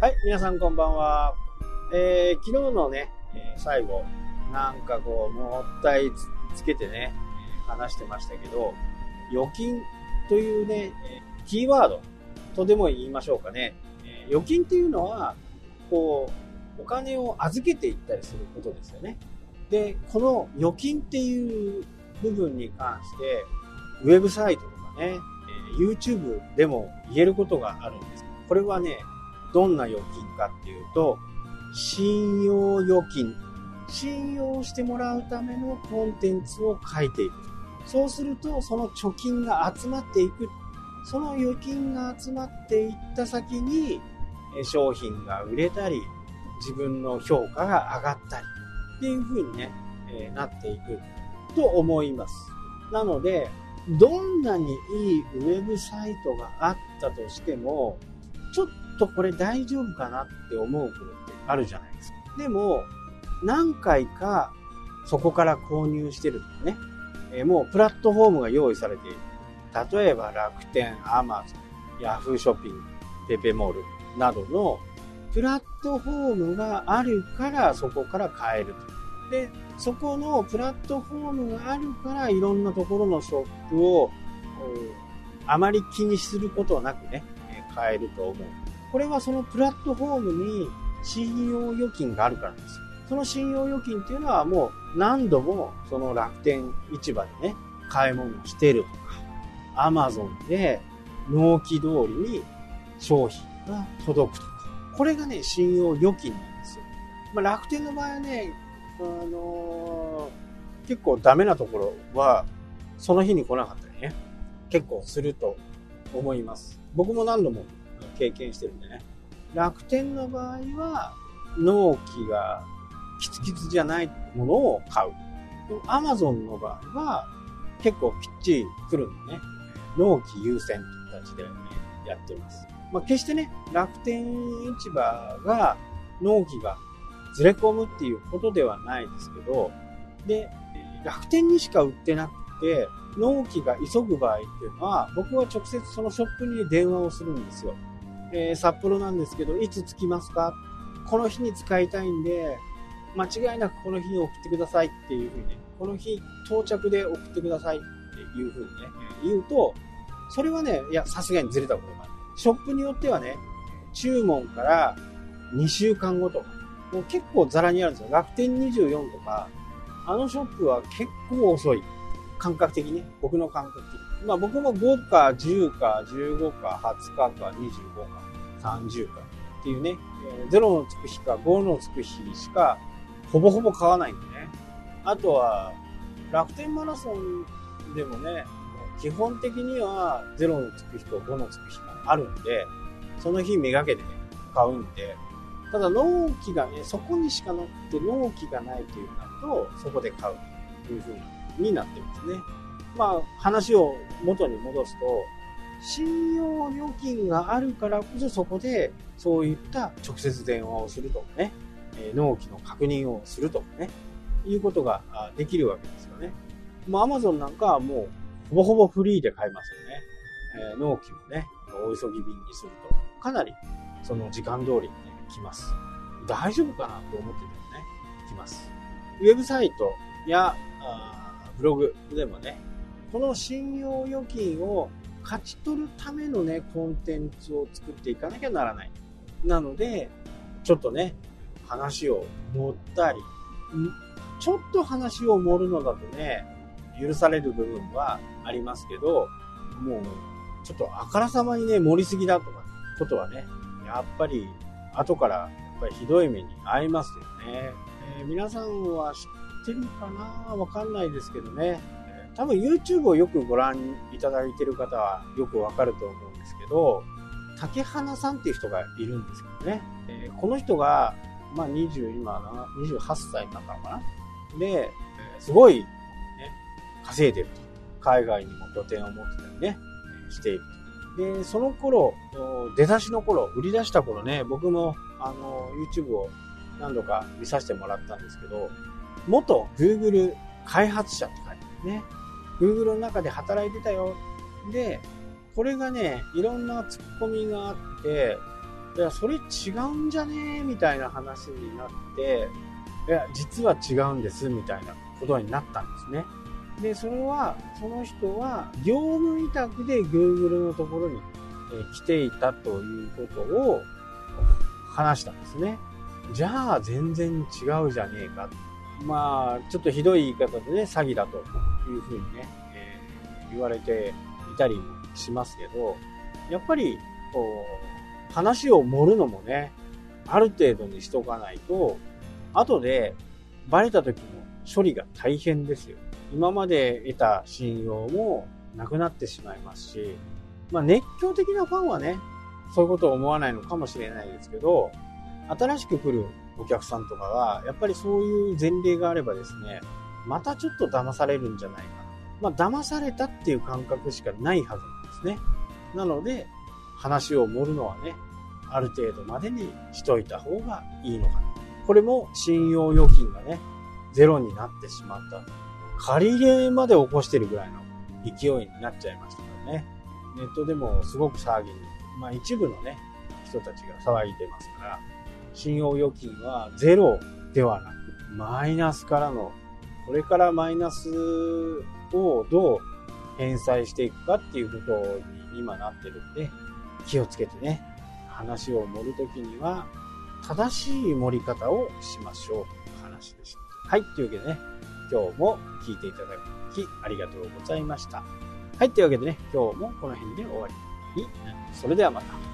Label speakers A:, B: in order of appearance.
A: はい、皆さんこんばんは。昨日のね、最後、なんかこう、もったいつけてね、話してましたけど、預金というね、キーワードとでも言いましょうかね。預金っていうのは、こう、お金を預けていったりすることですよね。で、この預金っていう部分に関して、ウェブサイトとかね、YouTube でも言えることがあるんです。これはね、どんな預金かっていうと、信用預金。信用してもらうためのコンテンツを書いていく。そうすると、その貯金が集まっていく。その預金が集まっていった先に、商品が売れたり、自分の評価が上がったり、っていう風にね、なっていくと思います。なので、どんなにいいウェブサイトがあったとしても、ちょっとこれ大丈夫かなって思うことってあるじゃないですか。でも、何回かそこから購入してるとかね、もうプラットフォームが用意されている。例えば楽天、アマゾン、ヤフーショッピング、ペペモールなどのプラットフォームがあるからそこから買えると。で、そこのプラットフォームがあるからいろんなところのショップをあまり気にすることなくね、買えると思う。これはそのプラットフォームに信用預金があるからですよ。その信用預金っていうのはもう何度もその楽天市場でね、買い物をしてるとか、アマゾンで納期通りに商品が届くとか。これがね、信用預金なんですよ。楽天の場合はね、結構ダメなところは、その日に来なかったりね、結構すると思います。僕も何度も経験してるんでね。楽天の場合は、納期がキツキツじゃないものを買う。でも Amazon の場合は、結構きっちり来るんでね、納期優先という形で、ね、やってます。決してね、楽天市場が納期がずれ込むっていうことではないですけど、で、楽天にしか売ってなくて、納期が急ぐ場合っていうのは、僕は直接そのショップに電話をするんですよ。札幌なんですけど、いつ着きますか？この日に使いたいんで、間違いなくこの日に送ってくださいっていうふうにね、この日到着で送ってくださいっていうふうにね、言うと、それはね、いや、さすがにずれたことがある。ショップによってはね、注文から2週間後とか、もう結構ザラにあるんですよ。楽天24とか、あのショップは結構遅い。感覚的にね、僕の感覚的に。僕も5か10か15か20日か25か30かっていうね、0のつく日か5のつく日しかほぼほぼ買わないんでね。あとは、楽天マラソンでもね、基本的には0のつく日と5のつく日があるんで、その日めがけてね、買うんで、ただ納期がね、そこにしかなくて納期がないというなると、そこで買うという風になってますね。話を元に戻すと、信用預金があるからこそそこでそういった直接電話をするとかね、納期の確認をするとかね、いうことができるわけですよね。Amazon なんかはもうほぼほぼフリーで買えますよね。納期もね、お急ぎ便にすると、かなりその時間通りにね、来ます。大丈夫かなと思っててもね、来ます。ウェブサイトやブログでもね、この信用預金を勝ち取るためのね、コンテンツを作っていかなきゃならない。なので、ちょっとね、話を盛ったり、ちょっと話を盛るのだとね、許される部分はありますけど、もう、ちょっとあからさまにね、盛りすぎだとか、ことはね、やっぱり、後から、やっぱりひどい目に遭いますよね。皆さんは知ってるかな？わかんないですけどね。多分 YouTube をよくご覧いただいている方はよくわかると思うんですけど、竹花さんっていう人がいるんですけどね。この人が、今28歳になったのかな？で、すごい、ね、稼いでると。海外にも拠点を持ってたりね、していると。で、その頃、出だしの頃、売り出した頃ね、僕もYouTube を何度か見させてもらったんですけど、元 Google 開発者って書いてあるね。Google の中で働いてたよ。で、これがね、いろんなツッコミがあって、 いや、それ違うんじゃねみたいな話になって、いや、実は違うんです、みたいなことになったんですね。で、その人は、業務委託で Google のところに来ていたということを話したんですね。じゃあ、全然違うじゃねえか。まあ、ちょっとひどい言い方でね、詐欺だというふうにね、言われていたりもしますけど、やっぱり、話を盛るのもね、ある程度にしとかないと、後でバレた時の処理が大変ですよ。今まで得た信用もなくなってしまいますし、まあ熱狂的なファンはね、そういうことを思わないのかもしれないですけど、新しく来るお客さんとかは、やっぱりそういう前例があればですね、またちょっと騙されるんじゃないかな。まあ騙されたっていう感覚しかないはずなんですね。なので、話を盛るのはね、ある程度までにしといた方がいいのかな。これも信用預金がね、ゼロになってしまった。借り入れまで起こしてるぐらいの勢いになっちゃいましたからね。ネットでもすごく騒ぎに、まあ一部のね、人たちが騒いでますから、信用預金はゼロではなく、マイナスからの、これからマイナスをどう返済していくかっていうことに今なってるんで、気をつけてね、話を盛るときには、正しい盛り方をしましょうという話でした。はい、というわけでね、今日も聞いていただきありがとうございました。はい、というわけでね、今日もこの辺で終わりになります。それではまた。